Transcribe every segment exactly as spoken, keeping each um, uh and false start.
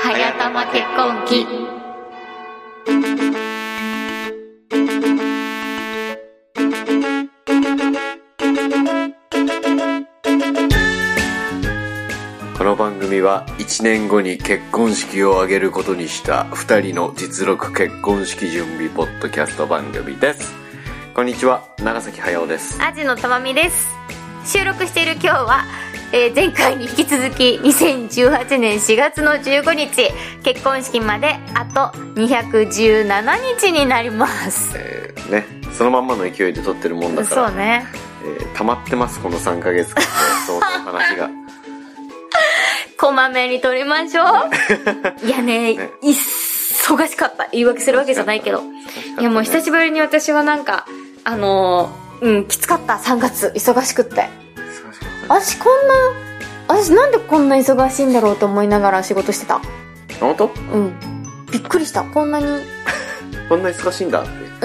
はやたま結婚記。 この番組はいちねんごに結婚式を挙げることにしたふたりの実録結婚式準備ポッドキャスト番組です。こんにちは、長崎駿です。 アジのたまみです。収録している今日は、えー、前回に引き続きにせんじゅうはちねんしがつのじゅうごにち、結婚式まであとにひゃくじゅうななにちになります。 えー、ね、そのまんまの勢いで撮ってるもんだから、 そうね、 えー、溜まってますこのさんかげつかんで、そういう話がこまめに撮りましょう。いやね、ね、忙しかった。言い訳するわけじゃないけど、ね、いやもう久しぶりに私はなんかあのー、うんきつかった。さんがつ忙しくって、私こんな私なんでこんな忙しいんだろうと思いながら仕事してた。 本当？ うんびっくりした。こんなにこんな忙しいんだって。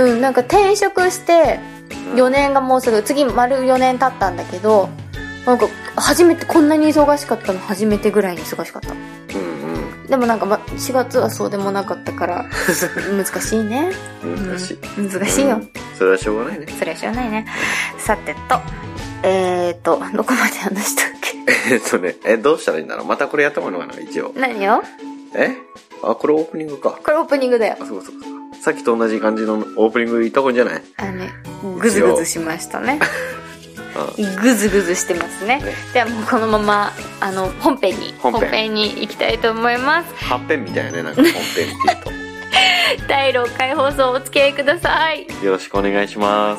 うんなんか転職してよねんがもうすぐ、次丸よねん経ったんだけど、なんか初めてこんなに忙しかったの初めてぐらいに忙しかった。 うんうん。 でもなんか、ま、しがつはそうでもなかったから難しいね。 難しい、 うん、難しいよ、 うん、それはしょうがないね。 それはしょうがないね。さてとえーとどこまで話したっけ。 えっとねえどうしたらいいんだろう。またこれやったものかな一応。 何よ。 えあこれオープニングか。 これオープニングだよ。 あそうそうそう。さっきと同じ感じのオープニングいった方がいいんじゃない。 あのねグズグズしましたね。グズグズしてますね。ねではもうこのままあの本編に本編, 本編に行きたいと思います。 はっぺんみたいなね、なんか本編っていうとだいろっかい放送お付き合いください。 よろしくお願いします。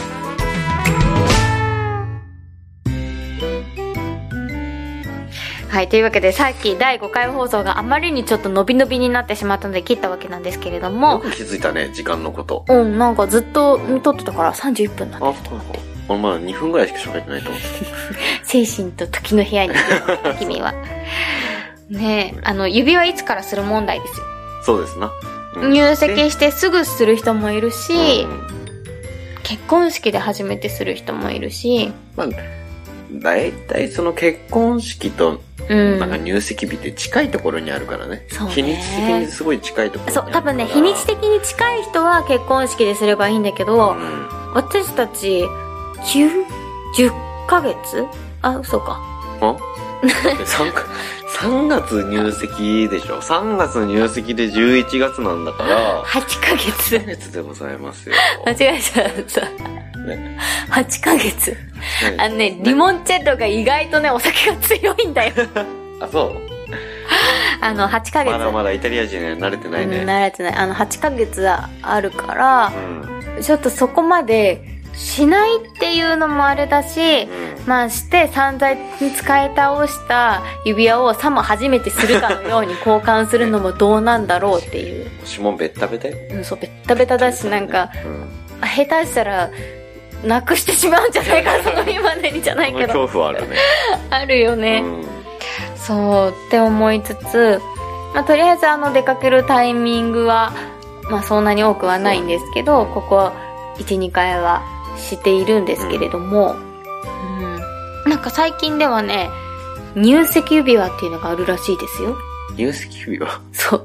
はい、というわけでさっきだいごかい放送があまりにちょっと伸び伸びになってしまったので切ったわけなんですけれども、 よく気づいたね、時間のこと。 うんなんかずっと撮ってたからさんじゅういっぷんになってると思って。 あまだにふんぐらいしか喋ってないと思う。 精神と時の部屋にいる君はねえ、あの指輪いつからする問題ですよ。 そうですな、 うん、入籍してすぐする人もいるし、うん、結婚式で初めてする人もいるし、 まあだいたいその結婚式となんか入籍日って近いところにあるからね、うん、日にち的にすごい近いところにあるから。 そう多分ね日にち的に近い人は結婚式ですればいいんだけど、うん、私たちきゅうじゅっかげつあ嘘かあさんがつ入籍でしょ。さんがつ入籍でじゅういちがつなんだからはちかげつ。 はちかげつでございますよ。 間違えちゃった、ね、はちかげつ、ね、あのねリモンチェッロが意外とねお酒が強いんだよあそうあのはちかげつまだまだイタリア人には慣れてないね、 うん、慣れてない。あのはちかげつあるから、うん、ちょっとそこまでしないっていうのもあれだし、うん、まあして散々に使い倒した指輪をさも初めてするかのように交換するのもどうなんだろうっていう。 指紋ベッタベタよ。 うん、そうベッタベタだしなんか、うん、下手したらなくしてしまうんじゃないかその日までにじゃないけど。 恐怖はあるね。 あるよね。うん、そうって思いつつ、まあ、とりあえずあの出かけるタイミングはまあそんなに多くはないんですけど、ここ いち,に 回はしているんですけれども、うんうん、なんか最近ではね入籍指輪っていうのがあるらしいですよ。 入籍指輪？ そう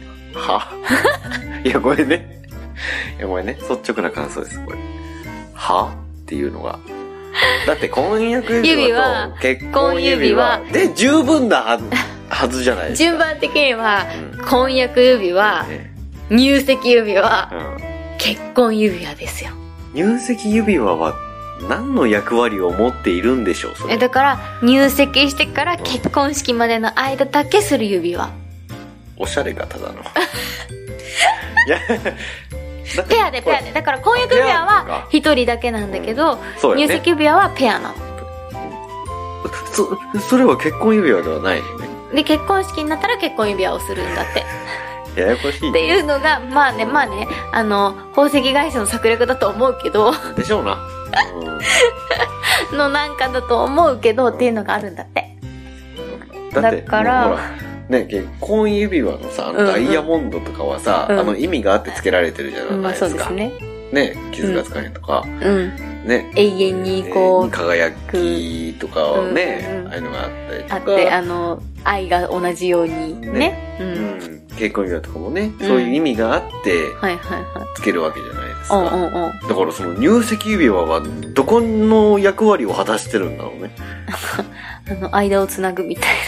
はいやごめんねいやごめんね率直な感想です。これはっていうのがだって婚約指輪と結婚指輪で十分なはずはずじゃないですか。 順番的には、うん、婚約指輪、ね、入籍指輪、うん、結婚指輪ですよ。 入籍指輪は何の役割を持っているんでしょう。それえだから入籍してから結婚式までの間だけする指輪。 おしゃれがただのいやペアでペアでだから婚約指輪は一人だけなんだけど、うんね、入籍指輪はペアなの。 そ, それは結婚指輪ではないのね。 で結婚式になったら結婚指輪をするんだってややこしい、ね、 っていうのがまあねまあねあの宝石会社の策略だと思うけどでしょうな、 うん、のなんかだと思うけどっていうのがあるんだって。だってだからね、結婚指輪のさあのダイヤモンドとかはさ、うんうん、あの意味があって付けられてるじゃないですか、うんまあ、そうですね。ね傷がつかへんとか、 うん、 ね、 永遠にこう、 えー、輝きとかをね、うんうん、ああいうのがあったりとか。 あって、あの、愛が同じようにね。ね、うん。 結婚指輪とかもね、そういう意味があって、 はいはいはい。 つけるわけじゃないですか。 うんうんうん。 だからその入籍指輪はどこの役割を果たしてるんだろうね。 あの、間をつなぐみたいな。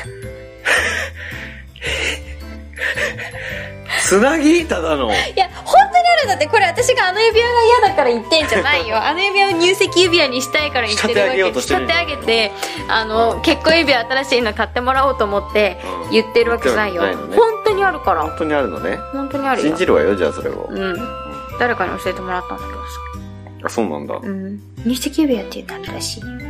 つなぎただの。 いや、本当にあるんだって。これ私があの指輪が嫌だから言ってんじゃないよ。あの指輪を入籍指輪にしたいから言ってるわけ。仕立て上げようとしてる。仕立て上げて、あの、結婚指輪新しいの買ってもらおうと思って言ってるわけじゃないよ。うん、ね、本当にあるから。 本当にあるのね。 本当にあるよ。 信じるわよ、じゃあそれを。 うん。誰かに教えてもらったんだけどさ。 あ、そうなんだ。 うん。入籍指輪っていうのあるらしいよって。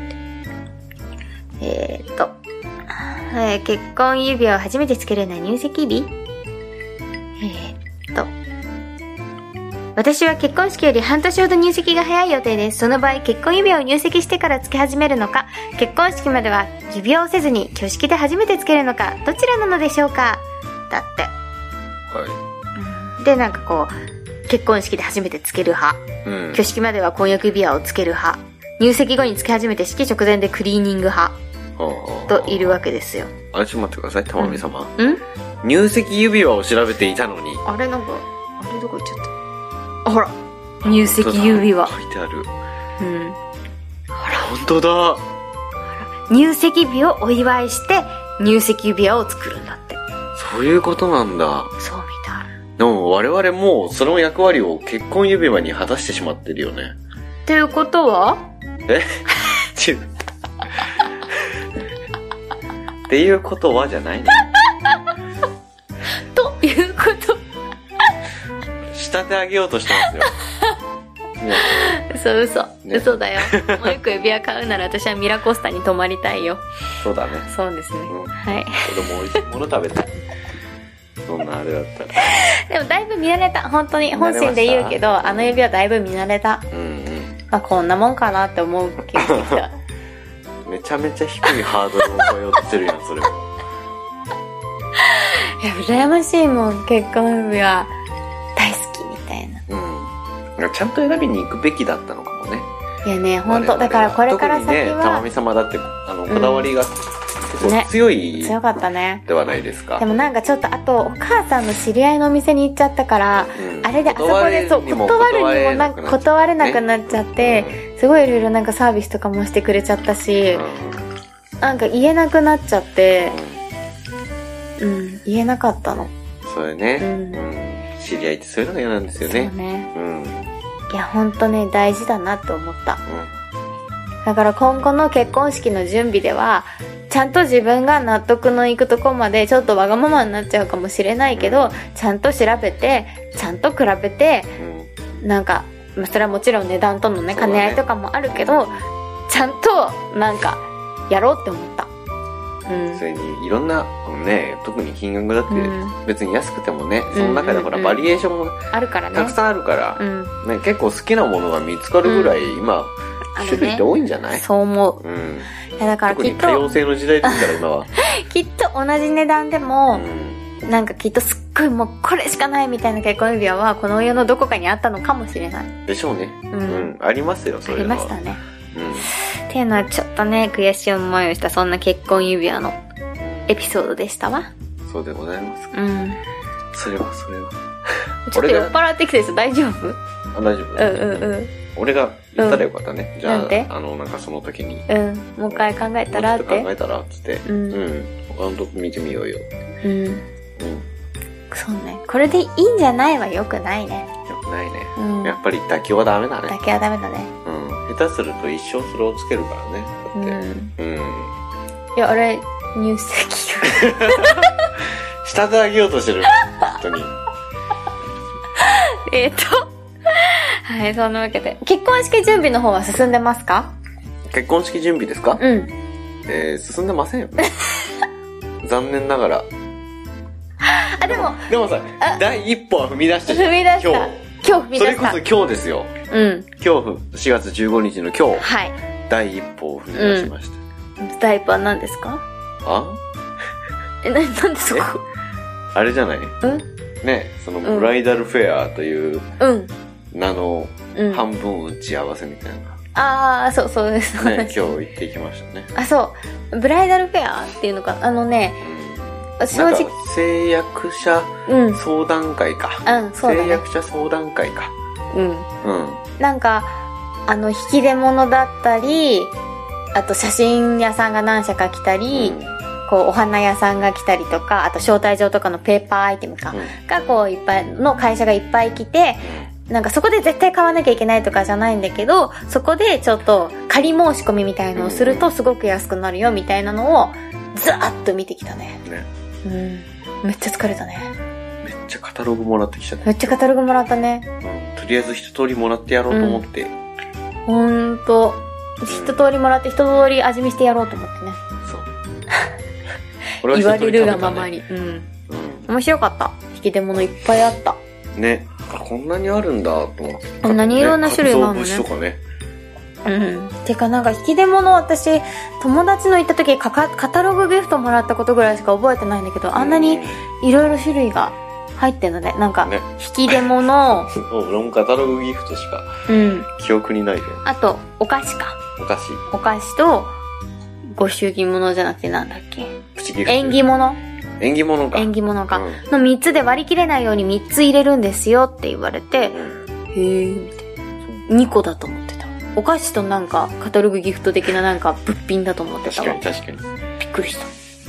えーっと、えー、結婚指輪を初めてつけるのは入籍日？えー、っと、私は結婚式より半年ほど入籍が早い予定です。その場合、結婚指輪を入籍してからつけ始めるのか、結婚式までは指輪をせずに挙式で初めてつけるのか、どちらなのでしょうか？だって。 はい。 で、なんかこう、結婚式で初めてつける派、うん、挙式までは婚約指輪をつける派、入籍後につけ始めて式直前でクリーニング派、といるわけですよ。 あれ、ちょっと待ってください、たまみ様。 うん？ 入籍指輪を調べていたのに。 あれ、なんか、あれどこ行っちゃった。あ、ほら。入籍指輪。 書いてある。 うん。 あら、本当だ。 入籍日をお祝いして、入籍指輪を作るんだって。 そういうことなんだ。 そうみたい。 でも、我々もう、その役割を結婚指輪に果たしてしまってるよね。 っていうことは？ えちっていうことはじゃないのということ仕立て上げようとしてますよ。 ね、嘘嘘、ね、嘘だよ。もう一個指輪買うなら私はミラコスタに泊まりたいよ。 そうだね。 そうですね、うん、はい。 子供美味しいもの食べたい。そんなあれだったら。 でもだいぶ見慣れた。本当に本心で言うけど、あの指輪だいぶ見慣れた。うんうん。まあこんなもんかなって思う気がしてきた。 めちゃめちゃ低いハードルを超えようとしてるやん、それも。 いや、羨ましいもん、結婚指輪大好きみたいな。 うん。ちゃんと選びに行くべきだったのかもね。 いやね、ほんと、だからこれから先は。特にね、たまみ様だって、あの、こだわりが、ね、強い、 強かったね。 ではないですか。 でもなんかちょっと、あと、お母さんの知り合いのお店に行っちゃったから、うん、あれであそこでそう、断るにもなんか断れなくなっちゃって、ね、すごいいろいろなんかサービスとかもしてくれちゃったし、うん、なんか言えなくなっちゃって、うん、うん、言えなかったの。 そうよね、うんうん。知り合いってそういうのが嫌なんですよね。 そうね。 うん。 いや、ほんとね、大事だなって思った。うん、だから今後の結婚式の準備では、ちゃんと自分が納得のいくとこまでちょっとわがままになっちゃうかもしれないけど、うん、ちゃんと調べてちゃんと比べて、うん、なんかそれはもちろん値段とのね兼ね合いとかもあるけど、ちゃんとなんかやろうって思った。 うん、それにいろんなね、特に金額だって別に安くてもね、うん、その中でほらバリエーションもあるからね、 たくさんあるから、うんね、結構好きなものが見つかるぐらい、うん、今種類って多いんじゃない？ ね、そう思う。 うん、 いやだからきっと多様性の時代ですから今は。 きっと同じ値段でも、うん、なんかきっとすっごいもうこれしかないみたいな結婚指輪はこの世のどこかにあったのかもしれない。 でしょうね。うん、うん、ありますよ、それは。 ありましたね。うん。っていうのはちょっとね悔しい思いをしたそんな結婚指輪のエピソードでしたわ。 そうでございますか。 うん。 それはそれは。 ちょっと酔っ払ってきてる大丈夫？ あ、大丈夫。 うんうんうん。 俺が言ったらよかったね。うん、じゃあ、 なんであの、なんかその時に。 うん。もう一回考えたらって。 考えたらっつって。うん。うん。他のとこ見てみようよ。 うん。うん。そうね。これでいいんじゃないは良くないね。 良くないね。うん。やっぱり妥協はダメだね。 妥協はダメだね。 うん。下手すると一生それをつけるからね。だって。うん。うん。 いや、あれ、入籍仕立て上げようとしてる。本当に。 えっと。はい、そんなわけで。結婚式準備の方は進んでますか？ 結婚式準備ですか？ うん。 えー、進んでませんよね。残念ながら。 あ、でも。 でもさ、第一歩は踏み出したじゃん。 踏み出した。今日。今日踏み出した。 それこそ今日ですよ。 うん。 今日、しがつじゅうごにちの今日。 はい。 第一歩を踏み出しました。 うん、第一歩は何ですか？ あ？ え、な、なんでそこ？ あれじゃない？ うんね、そのブライダルフェアという、 うん。 名の半分打ち合わせみたいな。 ああ、そうそうです。 ね、今日行ってきましたね。 あ、そう。ブライダルフェアっていうのか、あのね、 正直。製薬者相談会か。 うん、うん、そうだね。 製薬者相談会か。 うん。うん。なんか、あの、引き出物だったり、あと写真屋さんが何社か来たり、うん、こう、お花屋さんが来たりとか、あと招待状とかのペーパーアイテムか、うん、がこう、いっぱいの会社がいっぱい来て、なんかそこで絶対買わなきゃいけないとかじゃないんだけど、そこでちょっと仮申し込みみたいのをするとすごく安くなるよみたいなのをずーっと見てきたね。ね。うん。めっちゃ疲れたね。 めっちゃカタログもらってきちゃった。 めっちゃカタログもらったね。 うん。とりあえず一通りもらってやろうと思って。うん、 ほんと。一通りもらって一通り味見してやろうと思ってね。そう。言われるがままに。うん。うん。面白かった。引き出物いっぱいあった。 ね。こんなにあるんだと思って。 こんなにいろんな種類があるのね。 鰹節とかね。 うん。てかなんか引き出物、私、友達の行った時カカタログギフトもらったことぐらいしか覚えてないんだけど、あんなにいろいろ種類が入ってんのね。なんか、引き出物。 俺もカタログギフトしか、うん。記憶にないけど。 あと、お菓子か。 お菓子。 お菓子と、ご祝儀物じゃなくてなんだっけ。 プチギフト。 縁起物。 縁起物か。 縁起物か、うん。のみっつで割り切れないようにみっつ入れるんですよって言われて、うん、へーみたいな。にこだと思ってた。お菓子となんかカタログギフト的ななんか物品だと思ってたわ。 確かに確かに。 びっくりした。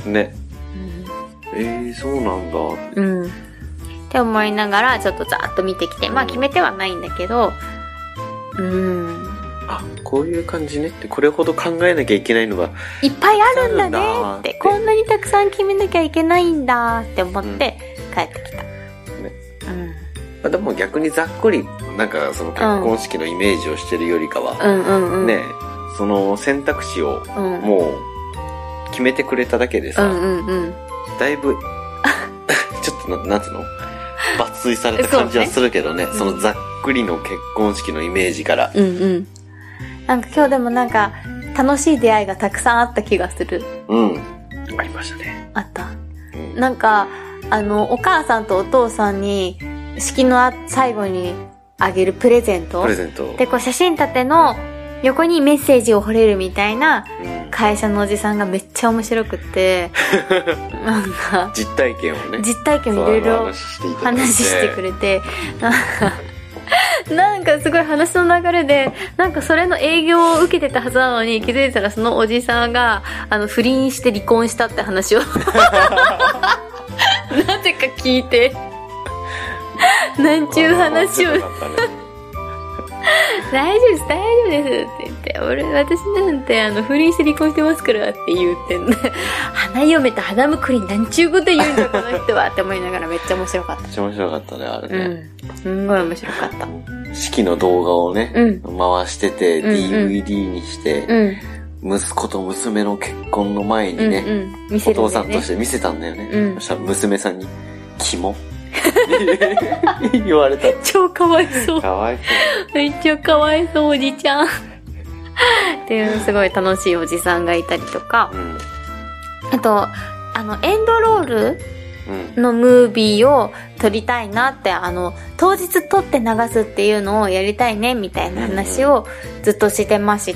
ね。うん、えー、そうなんだ。 うん。って思いながらちょっとざーっと見てきて、まあ決めてはないんだけど、うーん。 あ、こういう感じねって、これほど考えなきゃいけないのがいっぱいあるんだねって、こんなにたくさん決めなきゃいけないんだって思って帰ってきた。うん、ね。 うん。でも逆にざっくりなんかその結婚式のイメージをしてるよりかは、 うんうんうん、 ね、その選択肢をもう決めてくれただけでさ、 うんうんうん、 だいぶちょっとな、なんつうの抜粋された感じはするけどね、そ, ねそのざっくりの結婚式のイメージから。 うんうん。なんか今日でもなんか楽しい出会いがたくさんあった気がする。 うん。ありましたね。 あった。うん、なんか、あの、お母さんとお父さんに式の最後にあげるプレゼント。 プレゼント。 で、こう写真立ての横にメッセージを彫れるみたいな会社のおじさんがめっちゃ面白くって、なんか。 実体験をね。 実体験をいろいろ話してくれて、なんか、なんかすごい話の流れで、なんかそれの営業を受けてたはずなのに、気づいたらそのおじさんが、あの、不倫して離婚したって話を、なぜか聞いて、なんちゅう話を、大丈夫です、大丈夫ですって言って、俺、私なんて、あの、不倫して離婚してますからって言ってんで、花嫁と花婿になんちゅうこと言うんだ、この人はって思いながらめっちゃ面白かった。 めっちゃ面白かったね、あれね。 うん。すんごい面白かった。 式の動画をね、うん、回してて、ディーブイディー にして、うん、息子と娘の結婚の前にね、うんうんね、お父さんとして見せたんだよね。うん、そしたら娘さんに、キモ言われた。 超かわいそう。 かわいそう。 めっちゃかわいそう、おじちゃん。っていうすごい楽しいおじさんがいたりとか、うん、あと、あの、エンドロールのムービーを撮りたいなって、あの、当日撮って流すっていうのをやりたいね、みたいな話をずっとしてまして、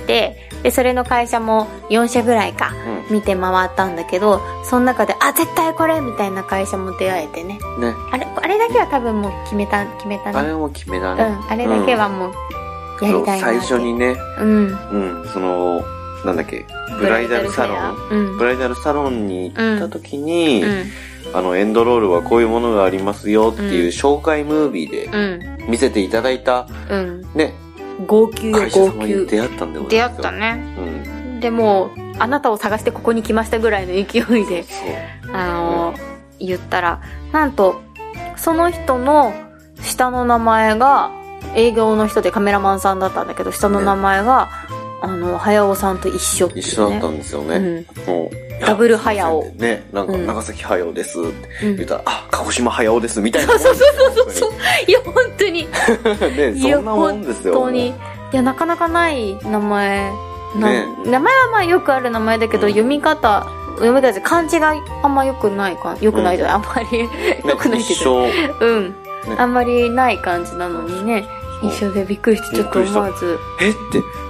で、それの会社もよんしゃぐらいか、見て回ったんだけど、その中で、あ、絶対これみたいな会社も出会えてね。ね。あれ、あれだけは多分もう決めた、決めたね。 あれも決めたね。 うん、あれだけはもう、やりたいなって。 最初にね、うん。うん、その、なんだっけ、ブライダルサロン、うん、ブライダルサロンに行った時に、うんうん、あの、エンドロールはこういうものがありますよっていう紹介ムービーで見せていただいた、うん、ね、 号泣よ、号泣。 会社様に出会ったんだよね。 出会ったね。うん。でも、あなたを探してここに来ましたぐらいの勢いで、あの、うん、言ったら、なんと、その人の下の名前が、営業の人でカメラマンさんだったんだけど、下の名前が、ね、あの、早尾さんと一緒っていう、ね。 一緒だったんですよね。うん、もうダブル早尾。 ね、なんか、長崎早尾ですって言ったら、うん、あ、鹿児島早尾ですみたいな。 そうそうそうそう。いや、本当に。 ね、そんなもんですよ。 本当に。いや、なかなかない名前。ね、名前はまあよくある名前だけど、うん、読み方、読み方漢字があんま良くないか、良くないじゃない、うん、あんまり良くないけど。ね、うん、ね。あんまりない感じなのにね。一緒でびっくりして、ちょっと思わず。 えって、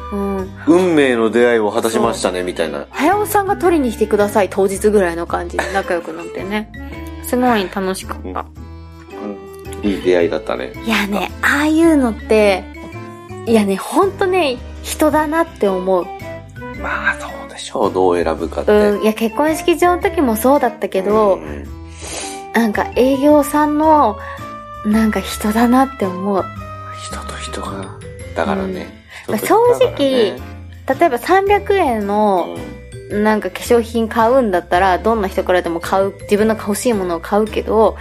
うん。 運命の出会いを果たしましたね、みたいな。 はやおさんが取りに来てください、当日ぐらいの感じで仲良くなってね。すごい楽しかった。 うん、いい出会いだったね。 いやね、ああいうのって、いやね、ほんとね、人だなって思う。 まあ、そうでしょう。どう選ぶかって。 うん。いや、結婚式場の時もそうだったけど、うん、なんか営業さんの、なんか人だなって思う。 人と人が。だからね。 うん、正直、例えばさんびゃくえんの、なんか化粧品買うんだったら、どんな人からでも買う、自分の欲しいものを買うけど、うん、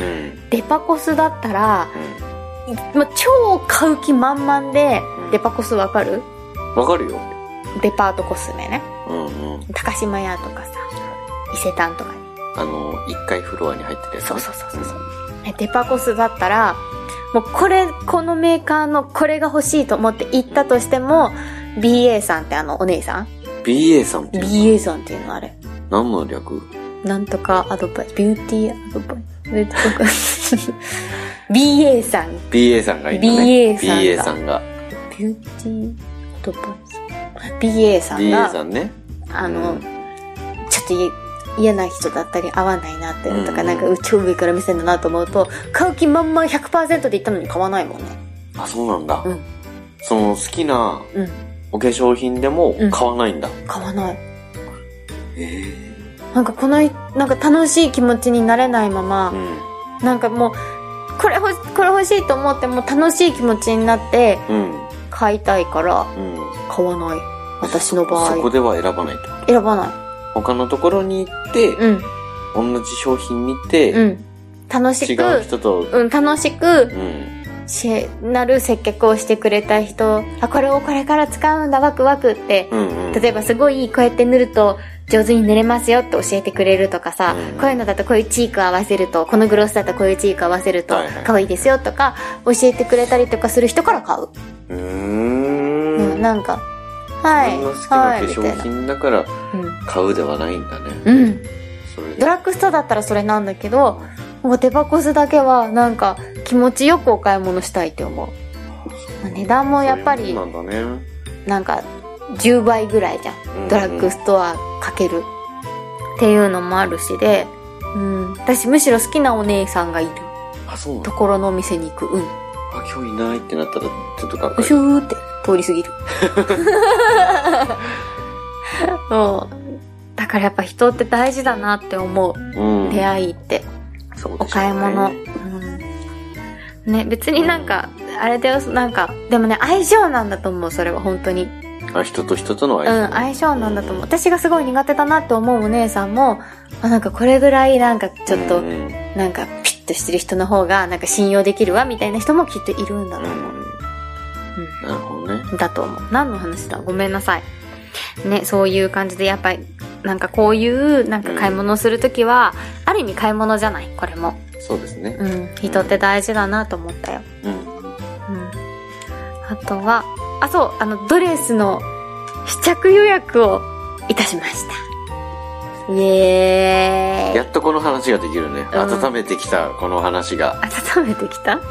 デパコスだったら、うん、ま、超買う気満々で、うん、デパコスわかる？ わかるよ。 デパートコスメね。 うんうん。 高島屋とかさ、伊勢丹とかに。 あの、いっかいフロアに入ってるやつ。 そうそうそうそう。うん、デパコスだったら、もうこれ、このメーカーのこれが欲しいと思って行ったとしても、ビーエー さんってあのお姉さんビーエー さんっていうのビーエー さんっていうのあれ。 何の略？ なんとかアドバイス。ビューティーアドバイス。ビーエー さん。 ビーエー さんがいいんだね。 ビーエー さんが。 ビーエー さんが。 ビューティーアドバイス。ビーエー さんが。 ビーエー さんね。 あの、うん、ちょっと嫌な人だったり合わないなってとか、うん、なんか超上から見せるんだなと思うと、買う気満々 ひゃくパーセント で言ったのに買わないもんね。 あ、そうなんだ。 うん。 その好きなお化粧品でも買わないんだ。 うん、買わない。 ええー。 なんかこの、なんか楽しい気持ちになれないまま、うん、なんかもう、これ欲し、これ欲しいと思っても楽しい気持ちになって、買いたいから、うん、買わない。私の場合。 そこでは選ばないと。 選ばない。 他のところに行って、うん、同じ商品見て、うん、 楽しく、 違う人と、 うん、楽しく、うんしなる接客をしてくれた人、あ、これをこれから使うんだ、ワクワクって、うんうん、例えばすごいこうやって塗ると上手に塗れますよって教えてくれるとかさ、うん、こういうのだとこういうチーク合わせると、このグロスだとこういうチーク合わせると可愛いですよとか教えてくれたりとかする人から買う。 うーん、 うん、なんか、はい。 自分の好きな化粧品だから買うではないんだね。 うん。それドラッグストアだったらそれなんだけど、もうデパコスだけはなんか気持ちよくお買い物したいって思う。まあ、値段もやっぱりなんかじゅうばいぐらいじゃん、うんうん、ドラッグストアかけるっていうのもあるしで、うん、私むしろ好きなお姉さんがいるところのお店に行く。うん。 あ、今日いないってなったらちょっとかっこいい。 シューって通り過ぎる。そう。だからやっぱ人って大事だなって思う。うん、出会いって。 そうですね、 お買い物。うん。ね、別になんか、あれだよ、なんか、でもね、相性なんだと思う、それは本当に。 あ、人と人との相性。 うん、相性なんだと思う。私がすごい苦手だなって思うお姉さんも、あ、なんかこれぐらいなんかちょっと、うんうん、なんかピッとしてる人の方が、なんか信用できるわ、みたいな人もきっといるんだと思う。うん。うん、 なるほどね。 だと思う。何の話だ？ごめんなさい。ね、そういう感じで、やっぱり、なんかこういう、なんか買い物するときは、うん、ある意味買い物じゃない、これも。 そうですね。 うん。人って大事だなと思ったよ。うん。うん。あとは、あ、そう、あの、ドレスの試着予約をいたしました。イエーイ。 やっとこの話ができるね。うん、温めてきた、この話が。 温めてきた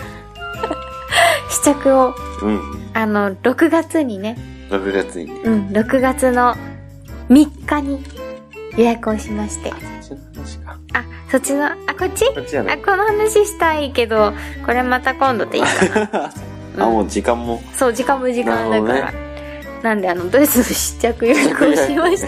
試着を、うん。あの、ろくがつにね。 ろくがつにね。 うん、ろくがつのみっかに予約をしまして。 そっちの話か。 あ、そっちの、あ、こっち？ こっちやね。 あ、この話したいけど、これまた今度でいいかな。 うん、あ、もう時間も。 そう、時間も時間だから。な, ね、なんで、あの、ドレスの試着予約をしました。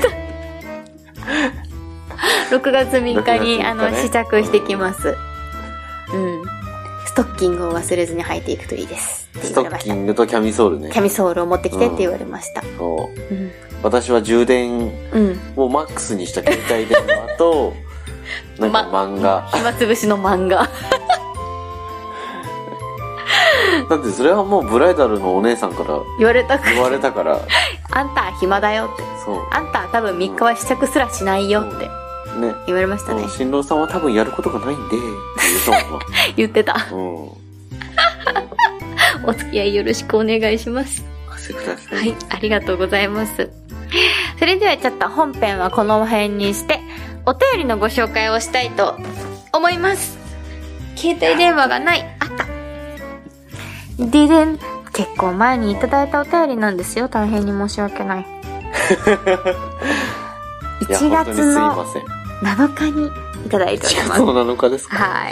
ろくがつみっかに、ね、あの、試着してきます。うん。ストッキングを忘れずに履いていくといいです。 ストッキングとキャミソールね。 キャミソールを持ってきてって言われました。うん、 そう。うん、私は充電をマックスにした携帯電話と、なんか漫画。 ま、暇つぶしの漫画。 だってそれはもうブライダルのお姉さんから言われたから。 言われたから。 あんた暇だよって。そう。あんた多分みっかは試着すらしないよって。うん、ね。言われましたね。 新郎さんは多分やることがないんで、って言ったもんな。言ってた。うん。お付き合いよろしくお願いします。 お貸してください。 はい、ありがとうございます。それではちょっと本編はこの辺にして、お便りのご紹介をしたいと思います。携帯電話がない。あった。ででん。携結構前にいただいたお便りなんですよ。大変に申し訳ない。いちがつのなのかにいただいております。いちがつのなのかですか。 はい。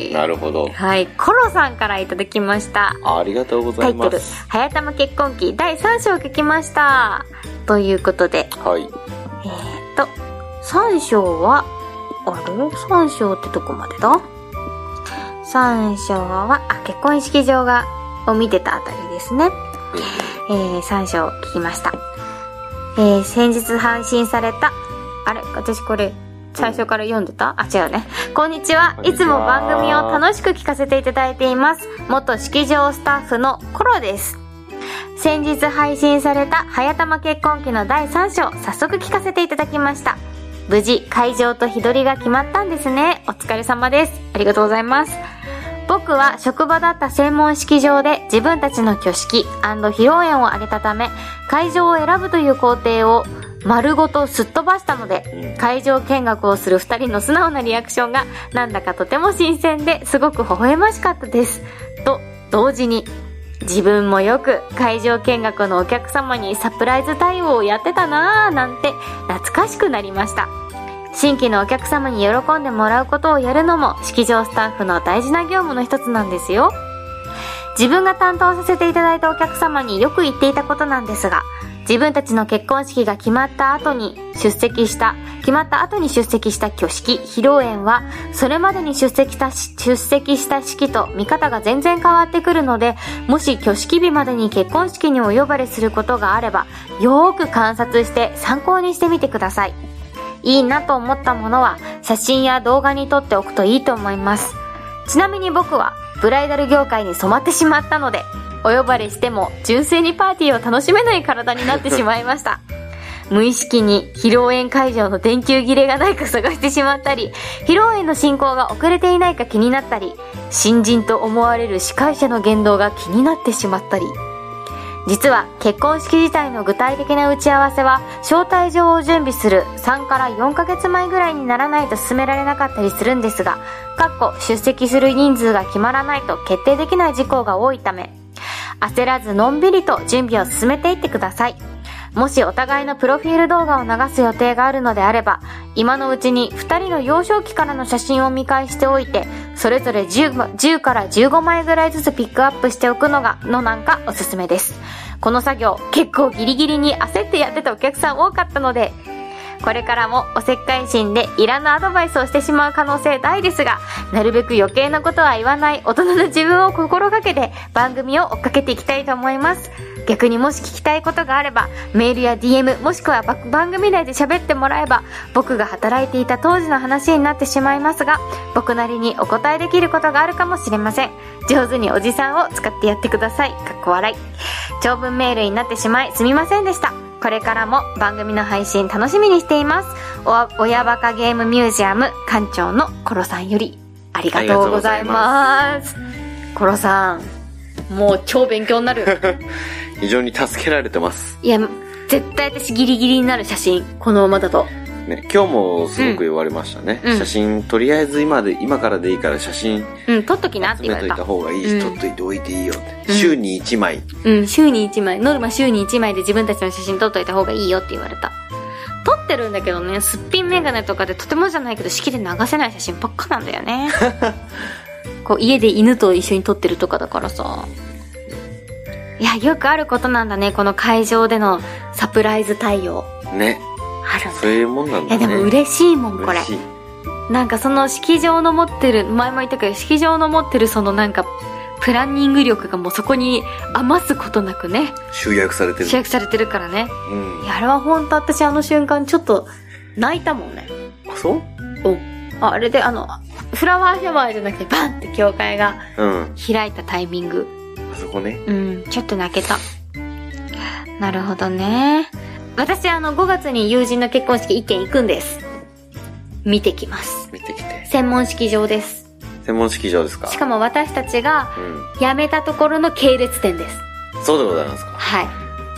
なるほど。 はい。コロさんからいただきました。 ありがとうございます。 タイトル、はやたま結婚記だいさん章を聞きました。ということで。 はい。 えーと、さん章は、あれ ?さん 章ってどこまでだ ?さん 章は、あ、結婚式場が、を見てたあたりですね。えー、さん章聞きました。えー、先日配信された、あれ私これ、最初から読んでたあ、違うね。こんにちは。いつも番組を楽しく聞かせていただいています。元式場スタッフのコロです。先日配信されたはやたま結婚記のだいさん章、早速聞かせていただきました。無事、会場と日取りが決まったんですね。お疲れ様です。ありがとうございます。僕は職場だった専門式場で自分たちの挙式&披露宴を挙げたため、会場を選ぶという工程を丸ごとすっ飛ばしたので、会場見学をする二人の素直なリアクションがなんだかとても新鮮ですごく微笑ましかったです。と同時に、自分もよく会場見学のお客様にサプライズ対応をやってたなぁなんて懐かしくなりました。新規のお客様に喜んでもらうことをやるのも式場スタッフの大事な業務の一つなんですよ。自分が担当させていただいたお客様によく言っていたことなんですが、自分たちの結婚式が決まった後に出席した、決まった後に出席した挙式、披露宴は、それまでに出席した、出席した式と見方が全然変わってくるので、もし挙式日までに結婚式にお呼ばれすることがあれば、よーく観察して参考にしてみてください。いいなと思ったものは、写真や動画に撮っておくといいと思います。ちなみに僕は、ブライダル業界に染まってしまったので、お呼ばれしても純粋にパーティーを楽しめない体になってしまいました。無意識に披露宴会場の電球切れがないか探してしまったり、披露宴の進行が遅れていないか気になったり、新人と思われる司会者の言動が気になってしまったり、実は結婚式自体の具体的な打ち合わせは招待状を準備するさんからよんかげつまえぐらいにならないと進められなかったりするんですが、かっこ出席する人数が決まらないと決定できない事項が多いため、焦らずのんびりと準備を進めていってください。もしお互いのプロフィール動画を流す予定があるのであれば、今のうちにふたりの幼少期からの写真を見返しておいて、それぞれ 10, 10からじゅうごまいぐらいずつピックアップしておくのがのなんかおすすめです。この作業結構ギリギリに焦ってやってたお客さん多かったので、これからもおせっかい心でいらぬアドバイスをしてしまう可能性大ですが、なるべく余計なことは言わない大人の自分を心がけて番組を追っかけていきたいと思います。逆にもし聞きたいことがあれば、メールや ディーエム もしくは番組内で喋ってもらえば、僕が働いていた当時の話になってしまいますが、僕なりにお答えできることがあるかもしれません。上手におじさんを使ってやってください。かっこ笑い。長文メールになってしまいすみませんでした。これからも番組の配信楽しみにしています。お親バカゲームミュージアム館長のコロさんよりありがとうございます。コロさん、もう超勉強になる。 非常に助けられてます。 いや、絶対私ギリギリになる写真、このままだと。 ね、今日もすごく言われましたね。うん、写真、とりあえず今で、今からでいいから写真、 うん、撮っときなって言われた。 撮っといた方がいいし、うん、撮っといておいていいよって。うん、週にいちまい。 うん、週にいちまい。ノルマ週にいちまいで自分たちの写真撮っといた方がいいよって言われた。撮ってるんだけどね、すっぴんメガネとかでとてもじゃないけど式で流せない写真ばっかなんだよね。こう家で犬と一緒に撮ってるとかだからさ。いや、よくあることなんだね、この会場でのサプライズ対応。 ね。 あるね。 そういうもんなんだね。 いやでも嬉しいもん、これ。なんかその式場の持ってる、前も言ったけど、式場の持ってるそのなんか、プランニング力がもうそこに余すことなくね。 集約されてる。 集約されてるからね。 うん。 いや、あれは本当私あの瞬間ちょっと泣いたもんね。 あ、そう？ うん。あ、あれであの、フラワーシャワーじゃなくてバンって教会が開いたタイミング。 うん、あそこね。 うん、ちょっと泣けた。なるほどね。私あのごがつに友人の結婚式一軒行くんです。見てきます。 見てきて。 専門式場です。 専門式場ですか。 しかも私たちが辞めたところの系列店です。 うん、そうでございますか。 はい。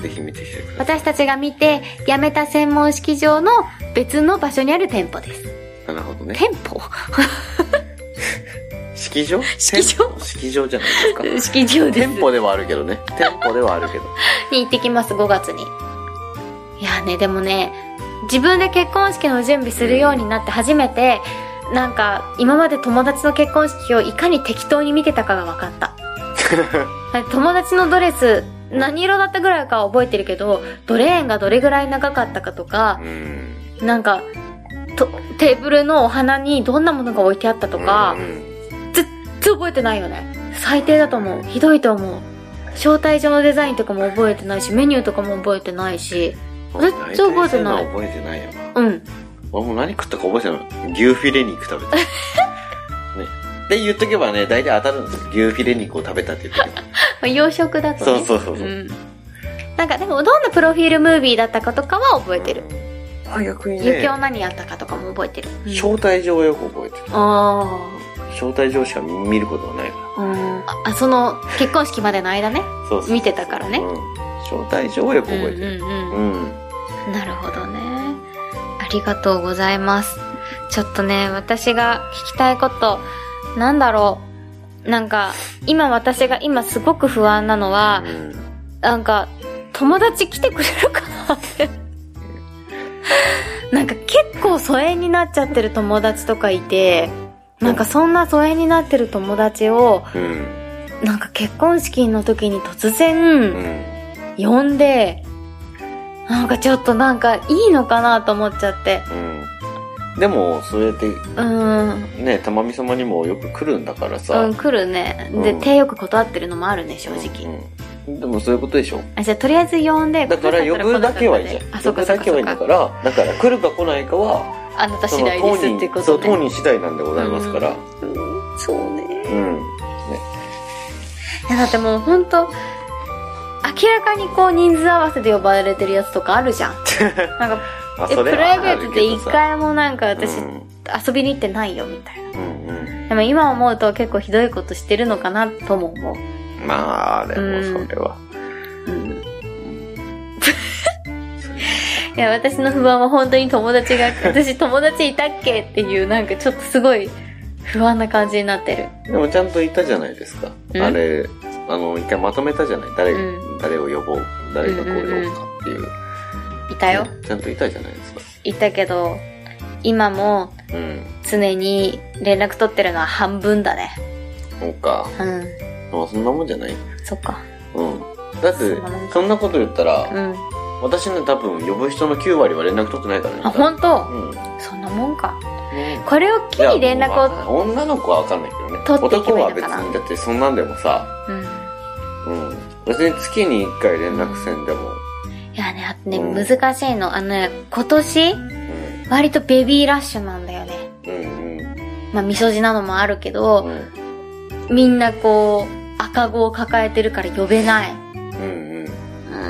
ぜひ見てきてください。 私たちが見て辞めた専門式場の別の場所にある店舗です。 なるほどね。 店舗式場式場式場じゃないですか。 式場です。 店舗ではあるけどね。店舗ではあるけど。 に行ってきます、ごがつに。いやね、でもね、自分で結婚式の準備するようになって初めて、なんか、今まで友達の結婚式をいかに適当に見てたかが分かった。友達のドレス、何色だったぐらいかは覚えてるけど、ドレーンがどれぐらい長かったかとか、うん、なんか、とテーブルのお花にどんなものが置いてあったとか、うん、ずっと覚えてないよね。最低だと思う。ひどいと思う。招待状のデザインとかも覚えてないし、メニューとかも覚えてないし、ずっと覚えてない。 覚えてないよな。 うん。 俺も何食ったか覚えてない。牛フィレ肉食べた。ね。で言っとけばね、大体当たるんですよ。牛フィレ肉を食べたって言っとけば。 洋食だとね。 そうそうそうそう、うん。 なんかでもどんなプロフィールムービーだったかとかは覚えてる。 うん、あ、逆にね。 余興何やったかとかも覚えてる。 うん、招待状はよく覚えてる。 ああ。 招待状しか見ることはないから。 うん。あ、その結婚式までの間ね。そうそうそう見てたからね。うん。 招待状はよく覚えてる。 うんうんうん。うん、なるほどね。ありがとうございます。ちょっとね、私が聞きたいこと、なんだろう。なんか、今私が今すごく不安なのは、うん、なんか、友達来てくれるかなって。なんか結構疎遠になっちゃってる友達とかいて、なんかそんな疎遠になってる友達を、うん、なんか結婚式の時に突然、うん呼んで、なんかちょっとなんかいいのかなと思っちゃって。 うん。でも、そうやって、うん。ね、たまみ様にもよく来るんだからさ。 うん、来るね。で、うん、手よく断ってるのもあるね、正直。 うんうん、でもそういうことでしょ。 あ、じゃあとりあえず呼んで、 だから呼ぶだけはいいじゃん。あ、そうかそうか。呼ぶだけはいいんだから、だから来るか来ないかは、 あなた次第ですってことね。 そう、当人次第なんでございますから。 うん、うん、そうね。 うん。ね。 いや、だってもうほんと、明らかにこう人数合わせで呼ばれてるやつとかあるじゃん。なんかえプライベートで一回もなんか私、うん、遊びに行ってないよみたいな、うんうん、でも今思うと結構ひどいことしてるのかなとも思う。 まあでもそれは、うんうん、 いや私の不安は本当に友達が私友達いたっけっていうなんかちょっとすごい不安な感じになってる。 でもちゃんといたじゃないですか、あれあの一回まとめたじゃない、誰、うん、誰を呼ぼう誰がこう呼ぶかっていう、うんうんうん、いたよ、 ちゃんといたじゃないですか。 いたけど今も常に連絡取ってるのは半分だね。 そうか、うん、まあそんなもんじゃない。 そっか、 うん、だってそんなこと言ったら、うん、私ね多分呼ぶ人のきゅうわりは連絡取ってないからね。 あ、本当、うん、そんなもんか、うん、これを機に連絡を女の子は分かんないけどね、取っていけばいいのかな。男は別にだってそんなんでもさ、うん、うん、別に月にいっかい連絡せんでも、 いやね、あとね、うん、難しいのあのね、今年、うん、割とベビーラッシュなんだよね。うんうん、まあみそじなのもあるけど、うん、みんなこう赤子を抱えてるから呼べない。うんうん。うーん、困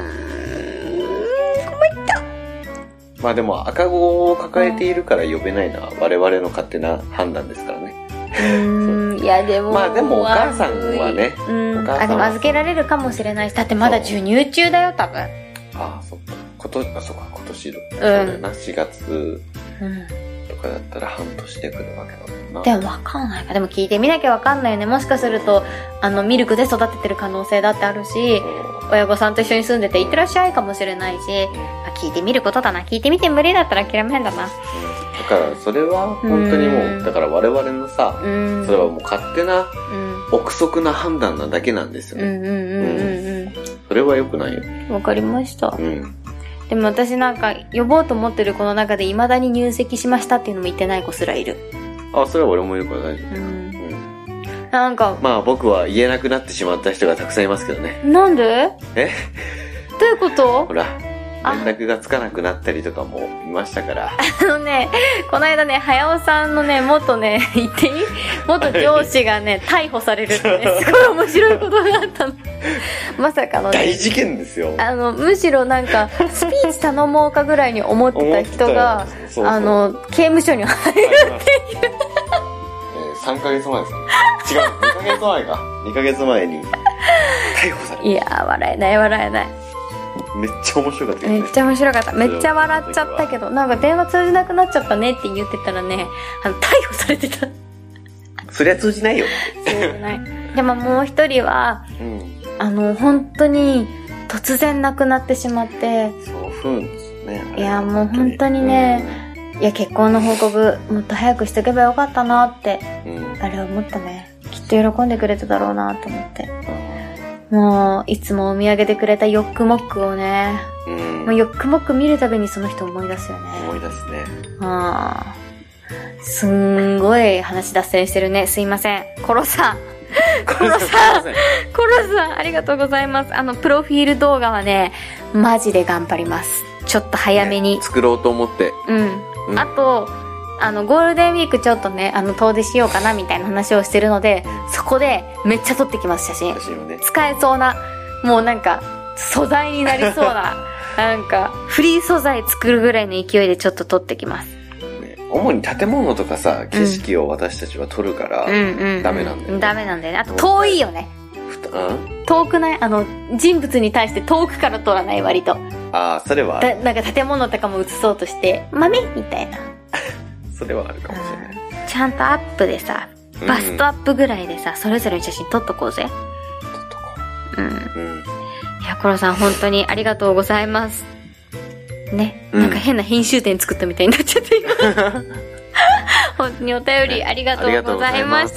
った。 まあでも赤子を抱えているから呼べないのは我々の勝手な判断ですからね。 うーん、いやでもまあでもお母さんはね、 うん、お母さんはあでも預けられるかもしれないし、だってまだ授乳中だよ多分。 ああ、そっか。今年、あ、そっか、今年の。うん。そうだよな、しがつとかだったら半年で来るわけだもんな。 でもわかんないか。でも聞いてみなきゃわかんないよね。もしかすると、あの、ミルクで育ててる可能性だってあるし、親御さんと一緒に住んでて、いってらっしゃいかもしれないし、まあ、聞いてみることだな。聞いてみて無理だったら諦めへんだな。うん、だから、それは本当にもう、だから我々のさ、それはもう勝手な、憶測な判断なだけなんですよね。うんうんうんうん。それは良くないよ。 わかりました。うん。でも私なんか呼ぼうと思ってる子の中で未だに入籍しましたっていうのも言ってない子すらいる。 あ、それは俺もいるから大丈夫。うん。うん、 なんか。 まあ僕は言えなくなってしまった人がたくさんいますけどね。 なんで？ え？ どういうこと？ ほら。連絡がつかなくなったりとかもいましたから。 あのね、この間ね、早尾さんのね、元ね、言っていい？元上司がね、逮捕されるってね、すごい面白いことがあったの。まさかのね。 大事件ですよ。 あの、むしろなんか、スピーチ頼もうかぐらいに思ってた人が、そうそうあの、刑務所に入るっていう。えー、さんかげつまえですね。違う、にかげつまえか。にかげつまえに逮捕される。 いやー、笑えない笑えない。 めっちゃ面白かった、 ね、めっちゃ面白かった。めっちゃ笑っちゃったけど、なんか電話通じなくなっちゃったねって言ってたらね、あの逮捕されてた。 そりゃ通じないよ。 そうない。でももう一人は、うん、あの、本当に突然亡くなってしまって。 そうふんですね。 いや、もう本当にね、うん、いや、結婚の報告、もっと早くしとけばよかったなって、うん、あれ思ったね。きっと喜んでくれただろうなと思って。うん、もう、いつもお土産でくれたヨックモックをね、うん、もうヨックモック見るたびにその人思い出すよね。 思い出すね。 ああ。すんごい話脱線してるね。すいません。コロさん。コロさん。コロさん、ありがとうございます。あの、プロフィール動画はね、マジで頑張ります。ちょっと早めに。 ね、作ろうと思って。 うん。うん、あと、あの、ゴールデンウィークちょっとね、あの、遠出しようかなみたいな話をしてるので、そこでめっちゃ撮ってきます、写真。写真をね。使えそうな、もうなんか、素材になりそうな、なんか、フリー素材作るぐらいの勢いでちょっと撮ってきます。 主に建物とかさ、景色を私たちは撮るから、うん、ダメなんだよね。 ダメなんだよね。あと遠いよね。 うん、 遠くない？あの、人物に対して遠くから撮らない割と。 ああ、それは。 だなんか建物とかも映そうとして、豆みたいな。 それはあるかもしれない。 ちゃんとアップでさ、バストアップぐらいでさ、うん、それぞれの写真撮っとこうぜ。撮っとこう。うん。うん。いや、コロさん本当にありがとうございます。ね、うん、なんか変な編集点作ったみたいになっちゃって今本当にお便りありがとうございました。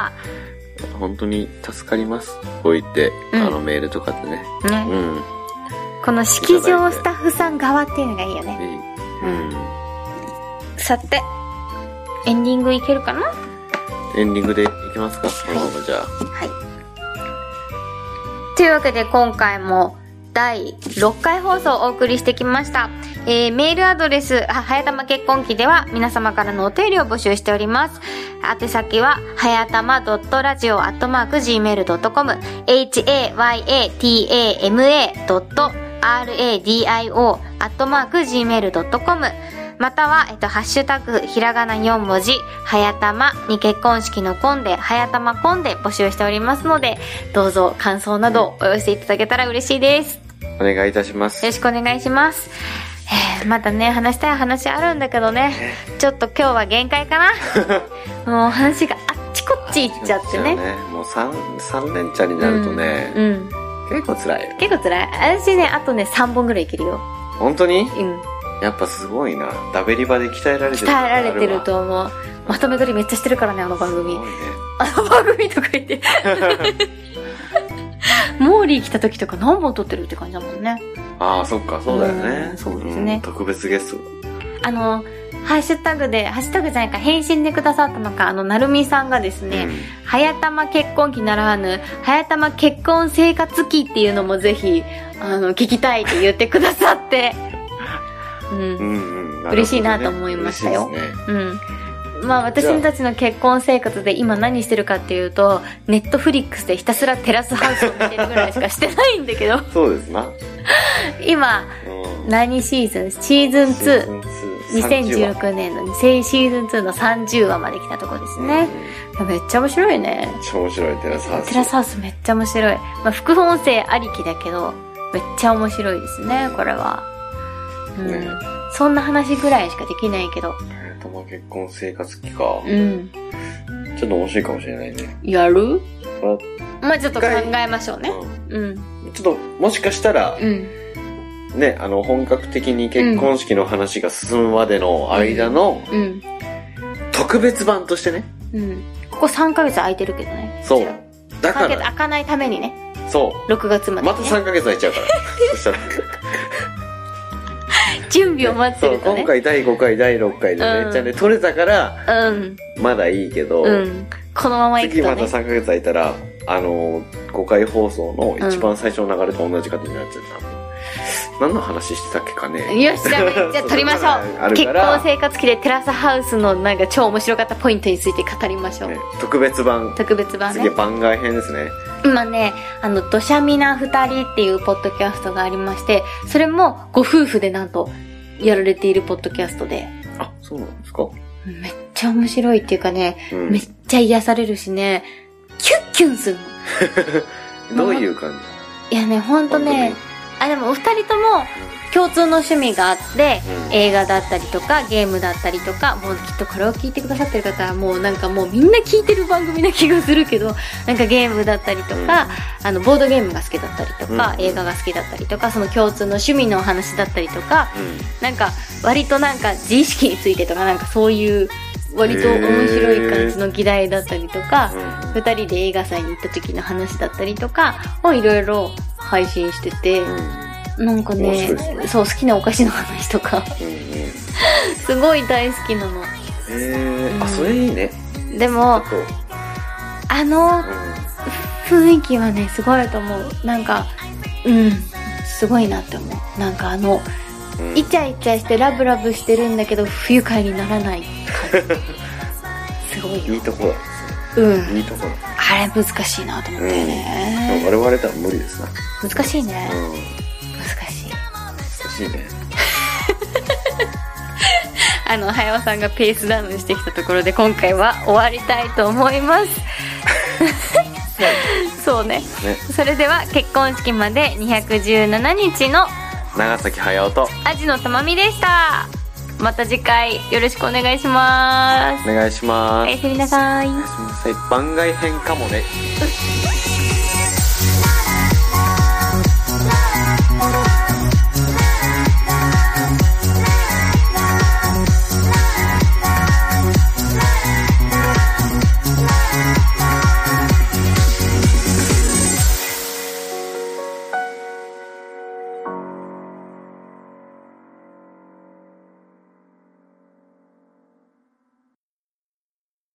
本当に助かります。こう言って、うん、あのメールとかってね。ね、うん、 この式場スタッフさん側っていうのがいいよね。うん。さて、エンディングいけるかな？ エンディングでいきますか？このままじゃあ。 はい。というわけで今回もだいろっかい放送をお送りしてきました。えー、メールアドレス、はやたま結婚記では皆様からのお便りを募集しております。宛先は、はやたま .radio アットマーク ジーメール ドットコム エイチ エー ワイ エー ティー エー エム エー ドット アール エー ディー アイ オー アットマーク ジーメール ドットコム または、えっと、ハッシュタグ、ひらがなよん文字、はやたまに結婚式の婚で、はやたま婚で募集しておりますので、どうぞ感想などお寄せいただけたら嬉しいです。 お願いいたします。 よろしくお願いします。えー、まだね、話したい話あるんだけどね、ちょっと今日は限界かな。もう話があっちこっち行っちゃってね。ねもう三、三連チャンになるとね、うん、うん、結構辛いよ。 結構辛い。私ね、あとね、さんぼんぐらいいけるよ。 本当に？ うん。 やっぱすごいな。ダベリバで鍛えられてる。 鍛えられてると思う。まとめ撮りめっちゃしてるからね、あの番組。すごいね。あの番組とか言って。モーリー来た時とか何本撮ってるって感じだもんね。 ああ、そっか、そうだよね。 そうですね、 うん。特別ゲスト。 あの、ハッシュタグで、ハッシュタグじゃないか、返信でくださったのか、あの、なるみさんがですね、うん、はやたま結婚期ならぬ、はやたま結婚生活期っていうのもぜひ、あの、聞きたいって言ってくださって、うん。うんうんね、嬉しいなと思いましたよ。嬉しいですね。うん。まあ私たちの結婚生活で今何してるかっていうと、ネットフリックスでひたすらテラスハウスを見てるぐらいしかしてないんだけど。 そうですな。 今、うん、何シーズン？シーズンツー。にせんじゅうろくねんのシーズンツーのさんじゅうわまで来たとこですね。うん、めっちゃ面白いね。 めっちゃ面白いテラスハウス。 テラスハウスめっちゃ面白い。まあ副音声ありきだけど、めっちゃ面白いですね、これは。うん。ね、そんな話ぐらいしかできないけど。 結婚生活期か。 うん。 ちょっと面白いかもしれないね。 やる？まあちょっと考えましょうね。うん。うん、 ちょっと、もしかしたら、うん、ね、あの、本格的に結婚式の話が進むまでの間の、うん。うん、特別版としてね。 うん。ここさんかげつ空いてるけどね。 そう。だから。さんかげつ空かないためにね。 そう。 ろくがつまで、ね。 またさんかげつ空いちゃうから。そしたら。 準備を待ってるとね。 そう、今回だいごかい、だいろっかいでめっちゃね、撮れたから、うん。まだいいけど、うん。 このまま行くとね。 次またさんかげつ空いたら、あの、ごかい放送の一番最初の流れと同じ形になっちゃった。うん、何の話してたっけかね。 よし、じゃあ、じゃあ撮りましょう。結婚生活期でテラスハウスのなんか超面白かったポイントについて語りましょう。ね、 特別版。 特別版ね。 次番外編ですね。 今ね、あの、ドシャミナ二人っていうポッドキャストがありまして、それもご夫婦でなんと、やられているポッドキャストで。 あ、そうなんですか？ めっちゃ面白いっていうかね、うん、めっちゃ癒されるしね、キュッキュンするの。 どういう感じ？ いやね、ほんとね、あ、でもお二人とも、 共通の趣味があって、 うん、 映画だったりとかゲームだったりとか、もうきっとこれを聞いてくださってる方はもうなんかもうみんな聞いてる番組な気がするけど、なんかゲームだったりとか、うん、あのボードゲームが好きだったりとか、うん、映画が好きだったりとか、その共通の趣味の話だったりとか、うん、なんか割となんか自意識についてとか、なんかそういう割と面白い感じの議題だったりとか、ふたりで映画祭に行った時の話だったりとかをいろいろ配信してて、うん、なんかね、ね、そう好きなお菓子の話とか、うん、すごい大好きなの。 へえ、うん、あ、それいいね。 でもあの雰囲気はねすごいと思う。なんかうんすごいなって思う。なんかあの、うん、イチャイチャしてラブラブしてるんだけど不愉快にならない感じすごいよ。 いいとこだ。 うん、 いいとこだ。 あれ難しいなと思ったよね、 うん、我々とは無理ですな。 難しいね、うん、難しい難しいねあの早尾さんがペースダウンしてきたところで今回は終わりたいと思いますそうね、ね。それでは結婚式までにひゃくじゅうななにちの長崎駿とアジのたまみでした。また次回よろしくお願いします。 お願いします。 おやすみなさい。 おやすみなさい。番外編かもね。